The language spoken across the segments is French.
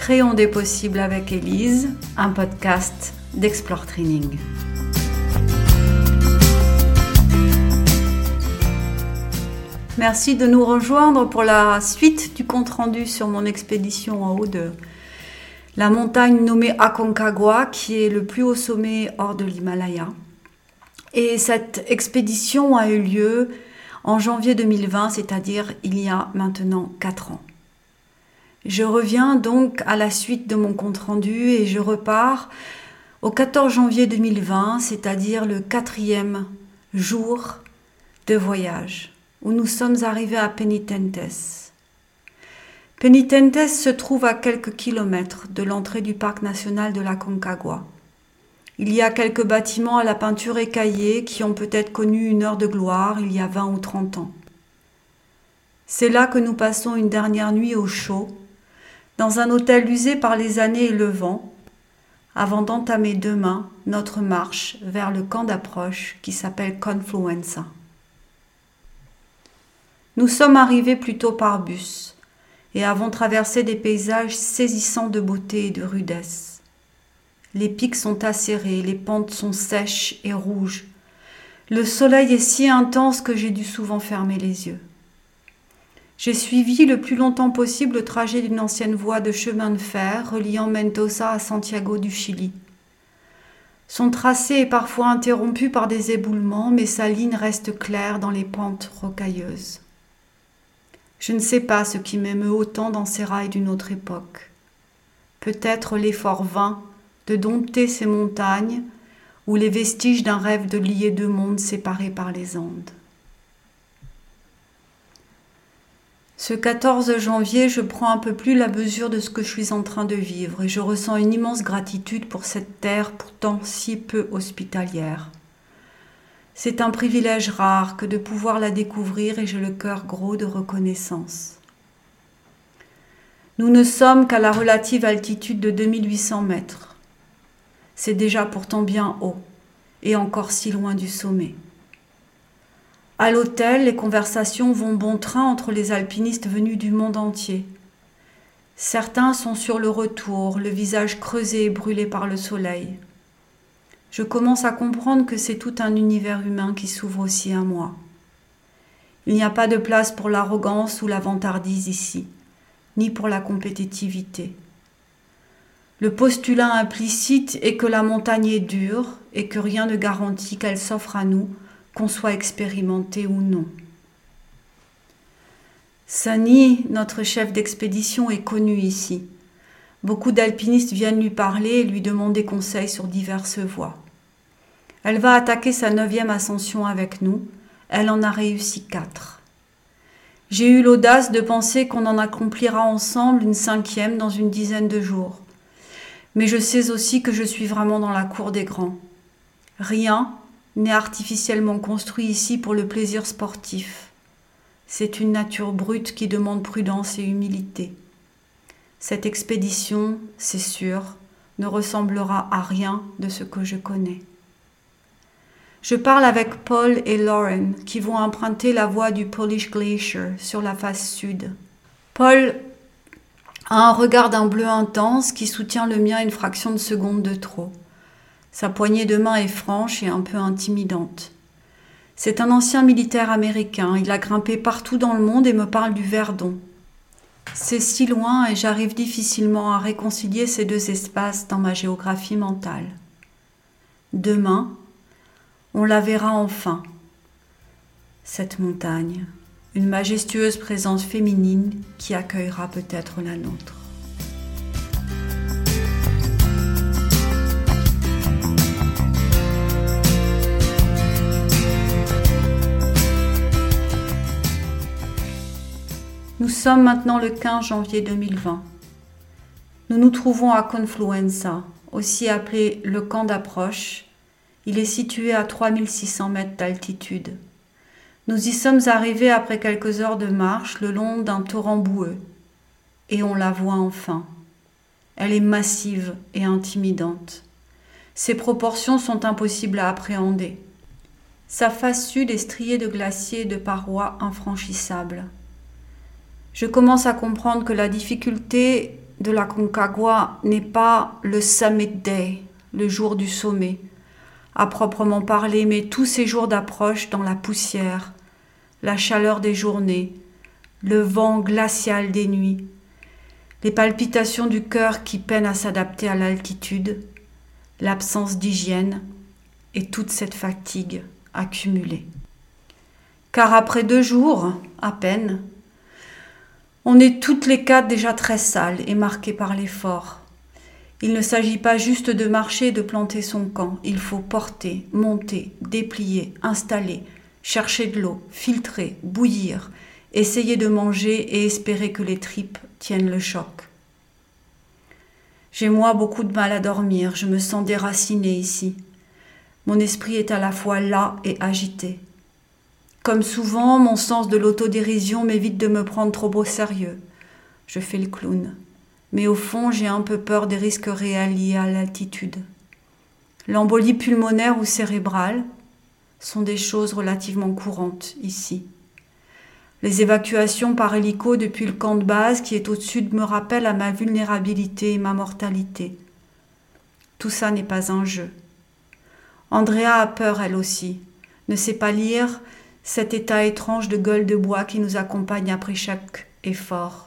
Créons des possibles avec Élise, un podcast d'Explore Training. Merci de nous rejoindre pour la suite du compte-rendu sur mon expédition en haut de la montagne nommée Aconcagua, qui est le plus haut sommet hors de l'Himalaya. Et cette expédition a eu lieu en janvier 2020, c'est-à-dire il y a maintenant 4 ans. Je reviens donc à la suite de mon compte-rendu et je repars au 14 janvier 2020, c'est-à-dire le 4e jour de voyage, où nous sommes arrivés à Penitentes. Penitentes se trouve à quelques kilomètres de l'entrée du parc national de l'Aconcagua. Il y a quelques bâtiments à la peinture écaillée qui ont peut-être connu une heure de gloire il y a 20 ou 30 ans. C'est là que nous passons une dernière nuit au chaud, dans un hôtel usé par les années et le vent, avant d'entamer demain notre marche vers le camp d'approche qui s'appelle Confluenza. Nous sommes arrivés plutôt par bus et avons traversé des paysages saisissants de beauté et de rudesse. Les pics sont acérés, les pentes sont sèches et rouges. Le soleil est si intense que j'ai dû souvent fermer les yeux. J'ai suivi le plus longtemps possible le trajet d'une ancienne voie de chemin de fer reliant Mendoza à Santiago du Chili. Son tracé est parfois interrompu par des éboulements, mais sa ligne reste claire dans les pentes rocailleuses. Je ne sais pas ce qui m'émeut autant dans ces rails d'une autre époque. Peut-être l'effort vain de dompter ces montagnes ou les vestiges d'un rêve de lier deux mondes séparés par les Andes. Ce 14 janvier, je prends un peu plus la mesure de ce que je suis en train de vivre et je ressens une immense gratitude pour cette terre pourtant si peu hospitalière. C'est un privilège rare que de pouvoir la découvrir et j'ai le cœur gros de reconnaissance. Nous ne sommes qu'à la relative altitude de 2800 mètres. C'est déjà pourtant bien haut, et encore si loin du sommet. À l'hôtel, les conversations vont bon train entre les alpinistes venus du monde entier. Certains sont sur le retour, le visage creusé et brûlé par le soleil. Je commence à comprendre que c'est tout un univers humain qui s'ouvre aussi à moi. Il n'y a pas de place pour l'arrogance ou la vantardise ici, ni pour la compétitivité. Le postulat implicite est que la montagne est dure et que rien ne garantit qu'elle s'offre à nous, qu'on soit expérimenté ou non. Sunny, notre chef d'expédition, est connu ici. Beaucoup d'alpinistes viennent lui parler et lui demander conseil sur diverses voies. Elle va attaquer sa 9e ascension avec nous. Elle en a réussi 4. J'ai eu l'audace de penser qu'on en accomplira ensemble une 5e dans une dizaine de jours. Mais je sais aussi que je suis vraiment dans la cour des grands. Rien n'est artificiellement construit ici pour le plaisir sportif. C'est une nature brute qui demande prudence et humilité. Cette expédition, c'est sûr, ne ressemblera à rien de ce que je connais. Je parle avec Paul et Lauren qui vont emprunter la voie du Polish Glacier sur la face sud. Paul a un regard d'un bleu intense qui soutient le mien une fraction de seconde de trop. Sa poignée de main est franche et un peu intimidante. C'est un ancien militaire américain, il a grimpé partout dans le monde et me parle du Verdon. C'est si loin et j'arrive difficilement à réconcilier ces deux espaces dans ma géographie mentale. Demain, on la verra enfin, cette montagne. Une majestueuse présence féminine qui accueillera peut-être la nôtre. Nous sommes maintenant le 15 janvier 2020. Nous nous trouvons à Confluenza, aussi appelé le camp d'approche. Il est situé à 3600 mètres d'altitude. Nous y sommes arrivés après quelques heures de marche le long d'un torrent boueux. Et on la voit enfin. Elle est massive et intimidante. Ses proportions sont impossibles à appréhender. Sa face sud est striée de glaciers et de parois infranchissables. Je commence à comprendre que la difficulté de la Concagua n'est pas le Summit Day, le jour du sommet, à proprement parler, mais tous ces jours d'approche dans la poussière, la chaleur des journées, le vent glacial des nuits, les palpitations du cœur qui peinent à s'adapter à l'altitude, l'absence d'hygiène et toute cette fatigue accumulée. Car après 2 jours, à peine, on est toutes les 4 déjà très sales et marquées par l'effort. Il ne s'agit pas juste de marcher et de planter son camp. Il faut porter, monter, déplier, installer, chercher de l'eau, filtrer, bouillir, essayer de manger et espérer que les tripes tiennent le choc. J'ai moi beaucoup de mal à dormir, je me sens déracinée ici. Mon esprit est à la fois las et agité. Comme souvent, mon sens de l'autodérision m'évite de me prendre trop au sérieux. Je fais le clown. Mais au fond, j'ai un peu peur des risques réels liés à l'altitude. L'embolie pulmonaire ou cérébrale sont des choses relativement courantes ici. Les évacuations par hélico depuis le camp de base qui est au-dessus me rappellent à ma vulnérabilité et ma mortalité. Tout ça n'est pas un jeu. Andrea a peur elle aussi, ne sait pas lire cet état étrange de gueule de bois qui nous accompagne après chaque effort.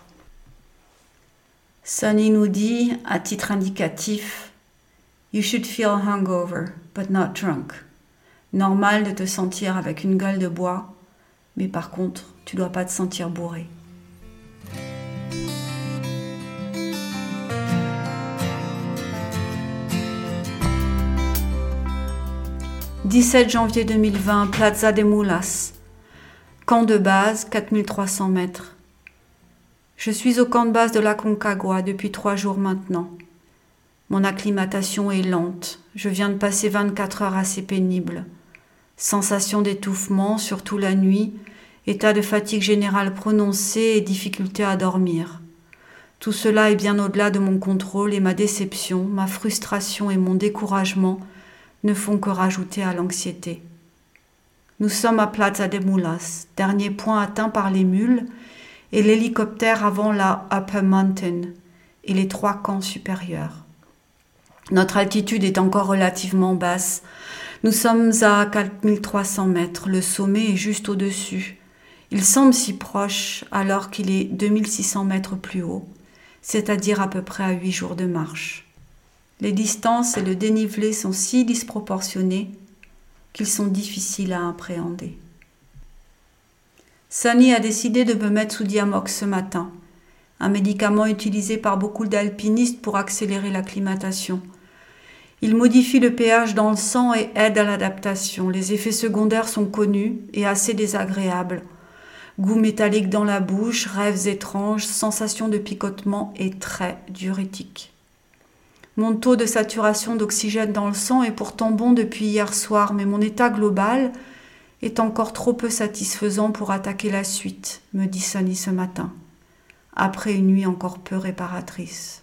Sunny nous dit, à titre indicatif, « You should feel hungover, but not drunk. » Normal de te sentir avec une gueule de bois, mais par contre, tu dois pas te sentir bourré. « 17 janvier 2020, Plaza de Mulas. Camp de base, 4300 mètres. Je suis au camp de base de la Concagua depuis 3 jours maintenant. Mon acclimatation est lente. Je viens de passer 24 heures assez pénibles. Sensation d'étouffement, surtout la nuit, état de fatigue générale prononcée et difficulté à dormir. Tout cela est bien au-delà de mon contrôle et ma déception, ma frustration et mon découragement ne font que rajouter à l'anxiété. Nous sommes à Plaza de Mulas, dernier point atteint par les mules et l'hélicoptère avant la Upper Mountain et les 3 camps supérieurs. Notre altitude est encore relativement basse. Nous sommes à 4300 mètres, le sommet est juste au-dessus. Il semble si proche alors qu'il est 2600 mètres plus haut, c'est-à-dire à peu près à 8 jours de marche. Les distances et le dénivelé sont si disproportionnés qu'ils sont difficiles à appréhender. Sunny a décidé de me mettre sous Diamox ce matin, un médicament utilisé par beaucoup d'alpinistes pour accélérer l'acclimatation. Il modifie le pH dans le sang et aide à l'adaptation. Les effets secondaires sont connus et assez désagréables. Goût métallique dans la bouche, rêves étranges, sensation de picotement et très diurétique. Mon taux de saturation d'oxygène dans le sang est pourtant bon depuis hier soir, mais mon état global est encore trop peu satisfaisant pour attaquer la suite, me dit Sunny ce matin, après une nuit encore peu réparatrice.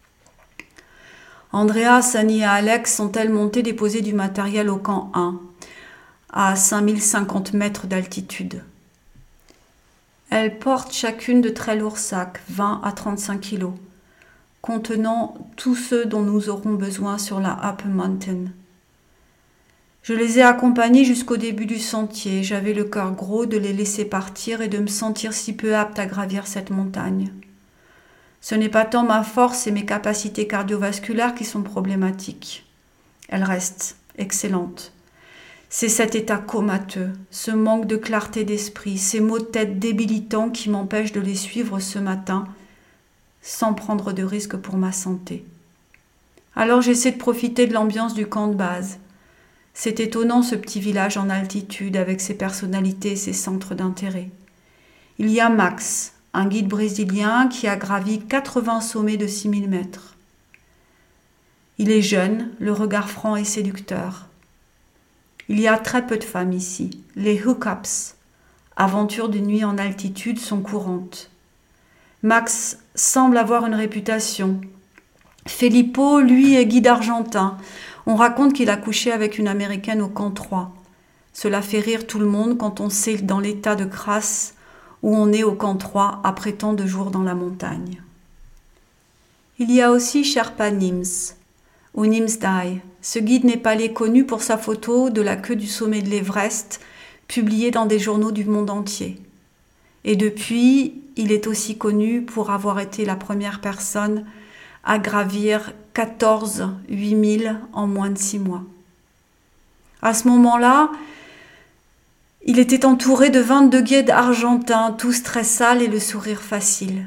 Andrea, Sunny et Alex sont-elles montées déposer du matériel au camp 1, à 5050 mètres d'altitude. Elles portent chacune de très lourds sacs, 20 à 35 kilos, contenant tous ceux dont nous aurons besoin sur la Upper Mountain. Je les ai accompagnées jusqu'au début du sentier. J'avais le cœur gros de les laisser partir et de me sentir si peu apte à gravir cette montagne. Ce n'est pas tant ma force et mes capacités cardiovasculaires qui sont problématiques. Elles restent excellentes. C'est cet état comateux, ce manque de clarté d'esprit, ces maux de tête débilitants qui m'empêchent de les suivre ce matin sans prendre de risque pour ma santé. Alors j'essaie de profiter de l'ambiance du camp de base. C'est étonnant ce petit village en altitude avec ses personnalités et ses centres d'intérêt. Il y a Max, un guide brésilien qui a gravi 80 sommets de 6000 mètres. Il est jeune, le regard franc et séducteur. Il y a très peu de femmes ici. Les hookups, aventures de nuit en altitude, sont courantes. Max semble avoir une réputation. Filippo, lui, est guide argentin. On raconte qu'il a couché avec une Américaine au camp 3. Cela fait rire tout le monde quand on sait dans l'état de crasse où on est au camp 3 après tant de jours dans la montagne. Il y a aussi Sherpa Nims, ou Nimsdai. Ce guide népalais connu pour sa photo de la queue du sommet de l'Everest, publiée dans des journaux du monde entier. Et depuis, il est aussi connu pour avoir été la première personne à gravir 14 8000 en moins de 6 mois. À ce moment-là, il était entouré de 22 guides argentins, tous très sales et le sourire facile.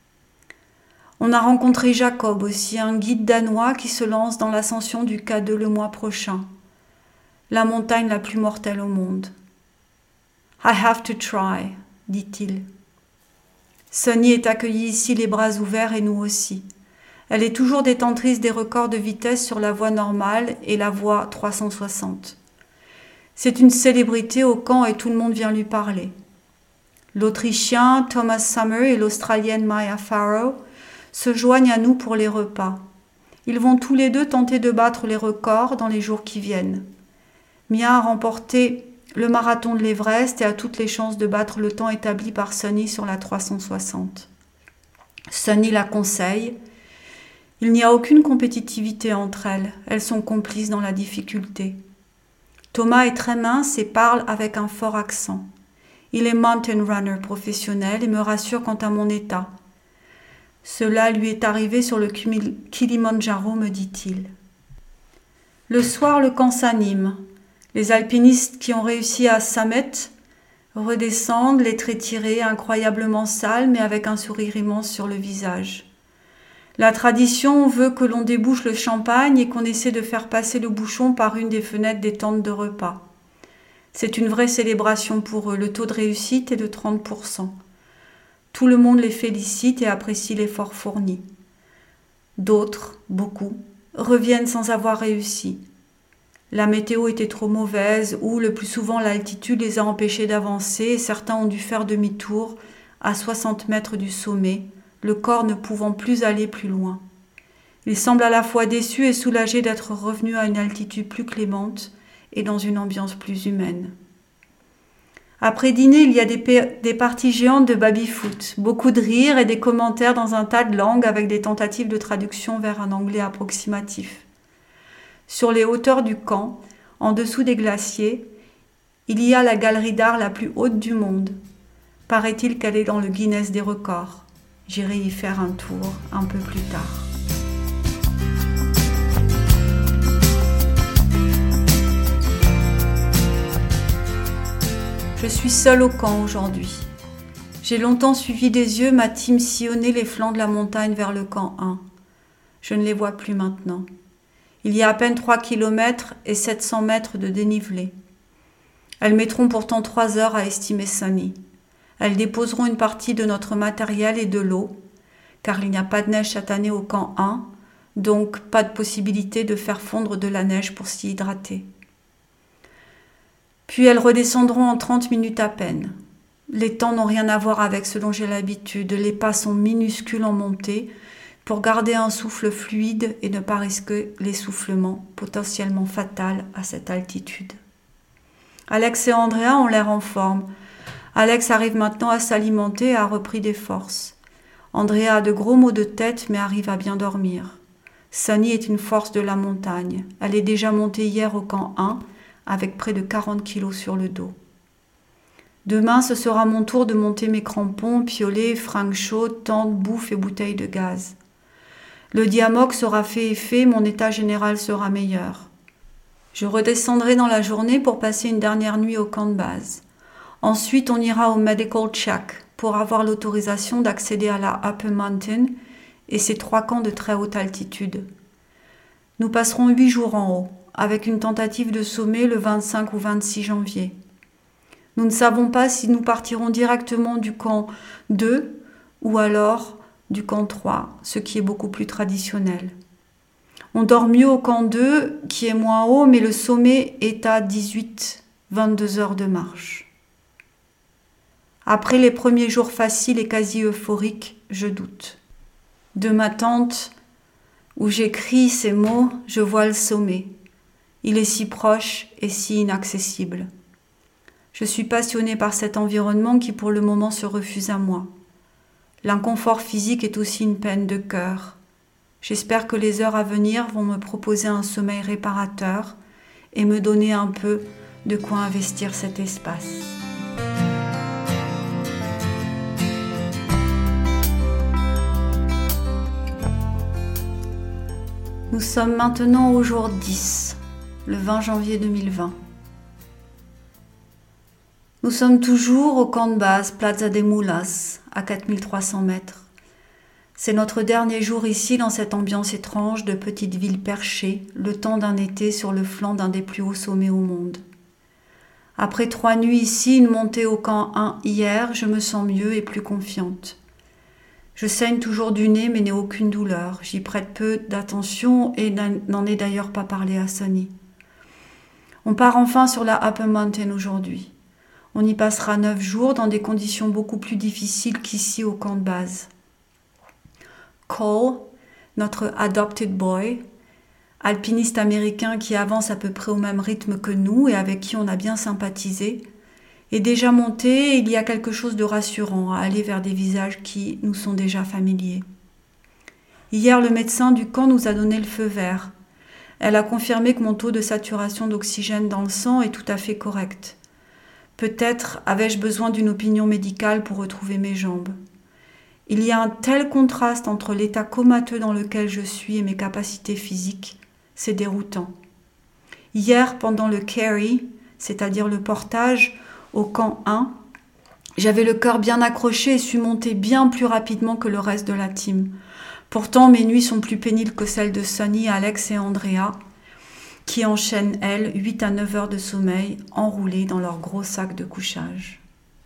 On a rencontré Jacob aussi, un guide danois qui se lance dans l'ascension du K2 le mois prochain, la montagne la plus mortelle au monde. I have to try, dit-il. Sunny est accueillie ici les bras ouverts et nous aussi. Elle est toujours détentrice des records de vitesse sur la voie normale et la voie 360. C'est une célébrité au camp et tout le monde vient lui parler. L'Autrichien Thomas Summer et l'Australienne Maya Farrow se joignent à nous pour les repas. Ils vont tous les deux tenter de battre les records dans les jours qui viennent. Mia a remporté le marathon de l'Everest et a toutes les chances de battre le temps établi par Sunny sur la 360. Sunny la conseille. Il n'y a aucune compétitivité entre elles. Elles sont complices dans la difficulté. Thomas est très mince et parle avec un fort accent. Il est mountain runner professionnel et me rassure quant à mon état. Cela lui est arrivé sur le Kilimandjaro, me dit-il. Le soir, le camp s'anime. Les alpinistes qui ont réussi à Summit redescendent, les traits tirés, incroyablement sales, mais avec un sourire immense sur le visage. La tradition veut que l'on débouche le champagne et qu'on essaie de faire passer le bouchon par une des fenêtres des tentes de repas. C'est une vraie célébration pour eux. Le taux de réussite est de 30%. Tout le monde les félicite et apprécie l'effort fourni. D'autres, beaucoup, reviennent sans avoir réussi. La météo était trop mauvaise ou, le plus souvent, l'altitude les a empêchés d'avancer et certains ont dû faire demi-tour à 60 mètres du sommet, le corps ne pouvant plus aller plus loin. Ils semblent à la fois déçus et soulagés d'être revenus à une altitude plus clémente et dans une ambiance plus humaine. Après dîner, il y a des parties géantes de baby-foot, beaucoup de rires et des commentaires dans un tas de langues avec des tentatives de traduction vers un anglais approximatif. Sur les hauteurs du camp, en dessous des glaciers, il y a la galerie d'art la plus haute du monde. Paraît-il qu'elle est dans le Guinness des records. J'irai y faire un tour un peu plus tard. Je suis seule au camp aujourd'hui. J'ai longtemps suivi des yeux ma team sillonner les flancs de la montagne vers le camp 1. Je ne les vois plus maintenant. Il y a à peine 3 km et 700 mètres de dénivelé. Elles mettront pourtant 3 heures à estimer Sunny. Elles déposeront une partie de notre matériel et de l'eau, car il n'y a pas de neige cette année au camp 1, donc pas de possibilité de faire fondre de la neige pour s'y hydrater. Puis elles redescendront en 30 minutes à peine. Les temps n'ont rien à voir avec ce dont j'ai l'habitude. Les pas sont minuscules en montée pour garder un souffle fluide et ne pas risquer l'essoufflement potentiellement fatal à cette altitude. Alex et Andrea ont l'air en forme. Alex arrive maintenant à s'alimenter et a repris des forces. Andrea a de gros maux de tête mais arrive à bien dormir. Sunny est une force de la montagne. Elle est déjà montée hier au camp 1 avec près de 40 kilos sur le dos. Demain, ce sera mon tour de monter mes crampons, piolets, fringues chaudes, tentes, bouffe et bouteilles de gaz. Le diamox sera fait effet, mon état général sera meilleur. Je redescendrai dans la journée pour passer une dernière nuit au camp de base. Ensuite, on ira au Medical Check pour avoir l'autorisation d'accéder à la Upper Mountain et ses 3 camps de très haute altitude. Nous passerons 8 jours en haut, avec une tentative de sommet le 25 ou 26 janvier. Nous ne savons pas si nous partirons directement du camp 2 ou alors du camp 3, ce qui est beaucoup plus traditionnel. On dort mieux au camp 2, qui est moins haut, mais le sommet est à 18-22 heures de marche. Après les premiers jours faciles et quasi euphoriques, je doute. De ma tente, où j'écris ces mots, je vois le sommet. Il est si proche et si inaccessible. Je suis passionnée par cet environnement qui pour le moment se refuse à moi. L'inconfort physique est aussi une peine de cœur. J'espère que les heures à venir vont me proposer un sommeil réparateur et me donner un peu de quoi investir cet espace. Nous sommes maintenant au jour 10, le 20 janvier 2020. Nous sommes toujours au camp de base Plaza de Mulas, à 4300 mètres. C'est notre dernier jour ici dans cette ambiance étrange de petite ville perchée, le temps d'un été sur le flanc d'un des plus hauts sommets au monde. Après 3 nuits ici, une montée au camp 1 hier, je me sens mieux et plus confiante. Je saigne toujours du nez mais n'ai aucune douleur. J'y prête peu d'attention et n'en ai d'ailleurs pas parlé à Sonny. On part enfin sur la Upper Mountain aujourd'hui. On y passera 9 jours dans des conditions beaucoup plus difficiles qu'ici au camp de base. Cole, notre adopted boy, alpiniste américain qui avance à peu près au même rythme que nous et avec qui on a bien sympathisé, est déjà monté et il y a quelque chose de rassurant à aller vers des visages qui nous sont déjà familiers. Hier, le médecin du camp nous a donné le feu vert. Elle a confirmé que mon taux de saturation d'oxygène dans le sang est tout à fait correct. Peut-être avais-je besoin d'une opinion médicale pour retrouver mes jambes. Il y a un tel contraste entre l'état comateux dans lequel je suis et mes capacités physiques, c'est déroutant. Hier, pendant le carry, c'est-à-dire le portage au camp 1, j'avais le cœur bien accroché et suis monter bien plus rapidement que le reste de la team. Pourtant, mes nuits sont plus pénibles que celles de Sonny, Alex et Andrea, qui enchaînent, elles, 8 à 9 heures de sommeil, enroulées dans leur gros sac de couchage.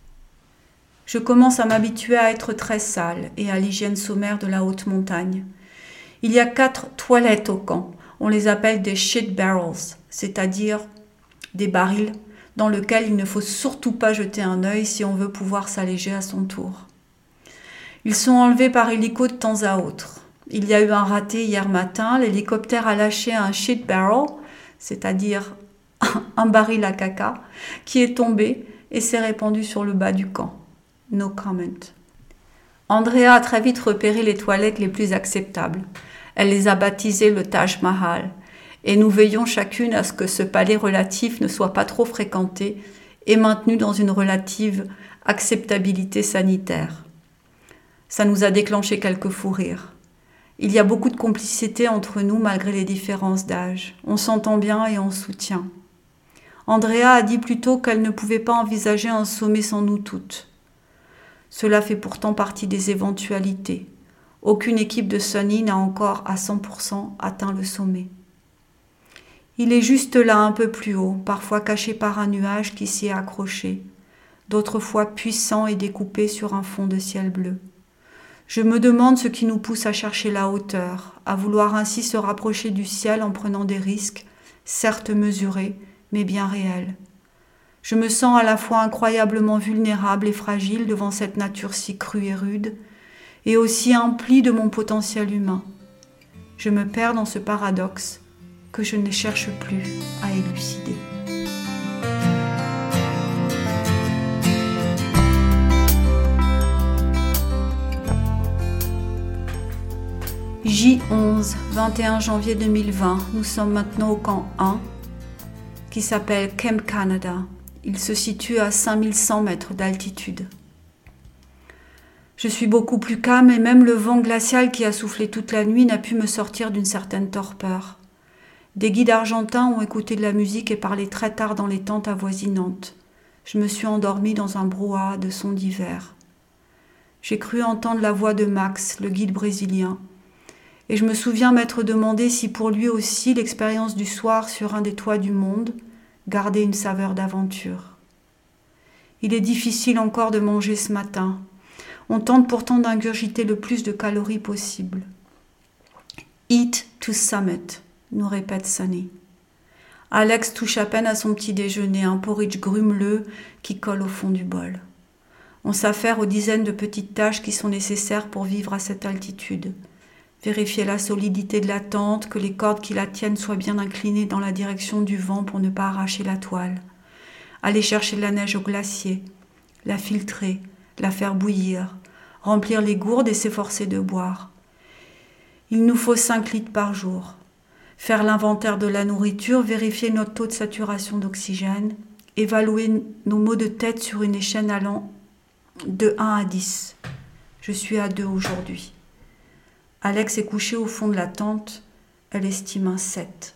Je commence à m'habituer à être très sale et à l'hygiène sommaire de la haute montagne. Il y a 4 toilettes au camp. On les appelle des shit barrels, c'est-à-dire des barils dans lesquels il ne faut surtout pas jeter un œil si on veut pouvoir s'alléger à son tour. Ils sont enlevés par hélico de temps à autre. Il y a eu un raté hier matin. L'hélicoptère a lâché un shit barrel, c'est-à-dire un baril à caca, qui est tombé et s'est répandu sur le bas du camp. No comment. Andrea a très vite repéré les toilettes les plus acceptables. Elle les a baptisées le Taj Mahal. Et nous veillons chacune à ce que ce palais relatif ne soit pas trop fréquenté et maintenu dans une relative acceptabilité sanitaire. Ça nous a déclenché quelques fous rires. Il y a beaucoup de complicité entre nous malgré les différences d'âge. On s'entend bien et on se soutient. Andrea a dit plutôt qu'elle ne pouvait pas envisager un sommet sans nous toutes. Cela fait pourtant partie des éventualités. Aucune équipe de Sonny n'a encore à 100% atteint le sommet. Il est juste là un peu plus haut, parfois caché par un nuage qui s'y est accroché, d'autres fois puissant et découpé sur un fond de ciel bleu. Je me demande ce qui nous pousse à chercher la hauteur, à vouloir ainsi se rapprocher du ciel en prenant des risques, certes mesurés, mais bien réels. Je me sens à la fois incroyablement vulnérable et fragile devant cette nature si crue et rude, et aussi emplie de mon potentiel humain. Je me perds dans ce paradoxe que je ne cherche plus à élucider. J11, 21 janvier 2020. Nous sommes maintenant au camp 1, qui s'appelle Camp Canada. Il se situe à 5100 mètres d'altitude. Je suis beaucoup plus calme et même le vent glacial qui a soufflé toute la nuit n'a pu me sortir d'une certaine torpeur. Des guides argentins ont écouté de la musique et parlé très tard dans les tentes avoisinantes. Je me suis endormie dans un brouhaha de sons divers. J'ai cru entendre la voix de Max, le guide brésilien, et je me souviens m'être demandé si pour lui aussi l'expérience du soir sur un des toits du monde gardait une saveur d'aventure. Il est difficile encore de manger ce matin. On tente pourtant d'ingurgiter le plus de calories possible. Eat to summit, nous répète Sonny. Alex touche à peine à son petit déjeuner, un porridge grumeleux qui colle au fond du bol. On s'affaire aux dizaines de petites tâches qui sont nécessaires pour vivre à cette altitude. Vérifier la solidité de la tente, que les cordes qui la tiennent soient bien inclinées dans la direction du vent pour ne pas arracher la toile. Aller chercher de la neige au glacier, la filtrer, la faire bouillir, remplir les gourdes et s'efforcer de boire. Il nous faut 5 litres par jour. Faire l'inventaire de la nourriture, vérifier notre taux de saturation d'oxygène, évaluer nos maux de tête sur une échelle allant de 1 à 10. Je suis à 2 aujourd'hui. Alex est couchée au fond de la tente. Elle estime un 7.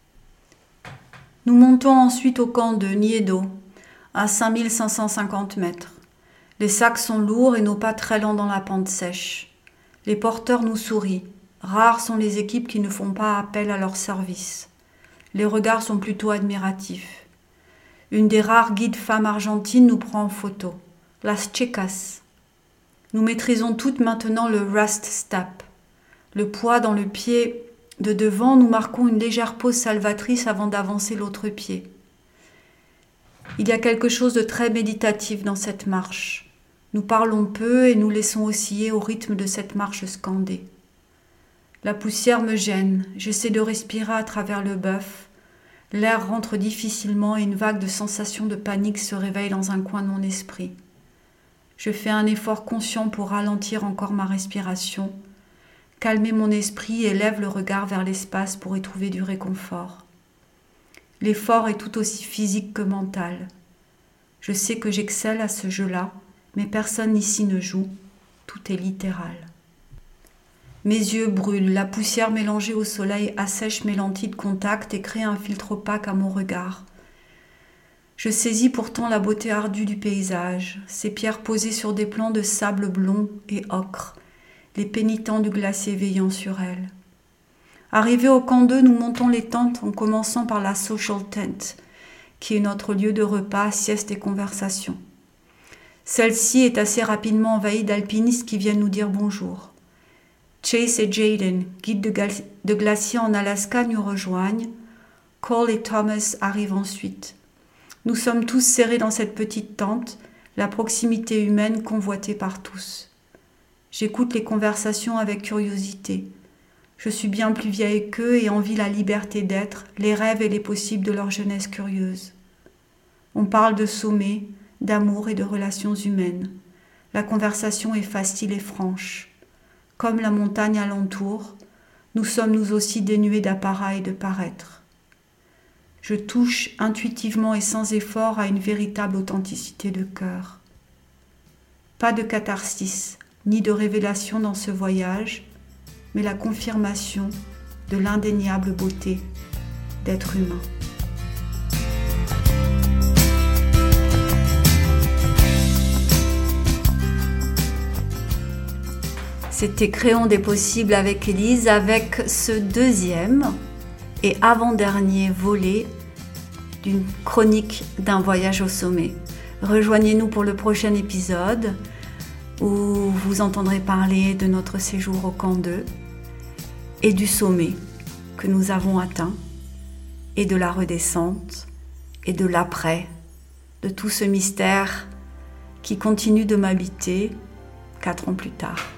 Nous montons ensuite au camp de Niedo, à 5550 mètres. Les sacs sont lourds et nos pas très lents dans la pente sèche. Les porteurs nous sourient. Rares sont les équipes qui ne font pas appel à leur service. Les regards sont plutôt admiratifs. Une des rares guides femmes argentines nous prend en photo. Las chicas. Nous maîtrisons toutes maintenant le rust step. Le poids dans le pied de devant, nous marquons une légère pause salvatrice avant d'avancer l'autre pied. Il y a quelque chose de très méditatif dans cette marche. Nous parlons peu et nous laissons osciller au rythme de cette marche scandée. La poussière me gêne, j'essaie de respirer à travers le bœuf. L'air rentre difficilement et une vague de sensations de panique se réveille dans un coin de mon esprit. Je fais un effort conscient pour ralentir encore ma respiration, calmer mon esprit et lève le regard vers l'espace pour y trouver du réconfort. L'effort est tout aussi physique que mental. Je sais que j'excelle à ce jeu-là, mais personne ici ne joue, tout est littéral. Mes yeux brûlent, la poussière mélangée au soleil assèche mes lentilles de contact et crée un filtre opaque à mon regard. Je saisis pourtant la beauté ardue du paysage, ces pierres posées sur des plans de sable blond et ocre, les pénitents du glacier veillant sur elles. Arrivés au camp 2, nous montons les tentes en commençant par la social tent, qui est notre lieu de repas, sieste et conversation. Celle-ci est assez rapidement envahie d'alpinistes qui viennent nous dire bonjour. Chase et Jaden, guides de glacier en Alaska, nous rejoignent. Cole et Thomas arrivent ensuite. Nous sommes tous serrés dans cette petite tente, la proximité humaine convoitée par tous. J'écoute les conversations avec curiosité. Je suis bien plus vieille qu'eux et envie la liberté d'être, les rêves et les possibles de leur jeunesse curieuse. On parle de sommets, d'amour et de relations humaines. La conversation est facile et franche. Comme la montagne alentour, nous sommes nous aussi dénués d'apparat et de paraître. Je touche intuitivement et sans effort à une véritable authenticité de cœur. Pas de catharsis, ni de révélation dans ce voyage, mais la confirmation de l'indéniable beauté d'être humain. C'était Créons des possibles avec Élise, avec ce deuxième et avant-dernier volet d'une chronique d'un voyage au sommet. Rejoignez-nous pour le prochain épisode où vous entendrez parler de notre séjour au camp 2 et du sommet que nous avons atteint et de la redescente et de l'après, de tout ce mystère qui continue de m'habiter 4 ans plus tard.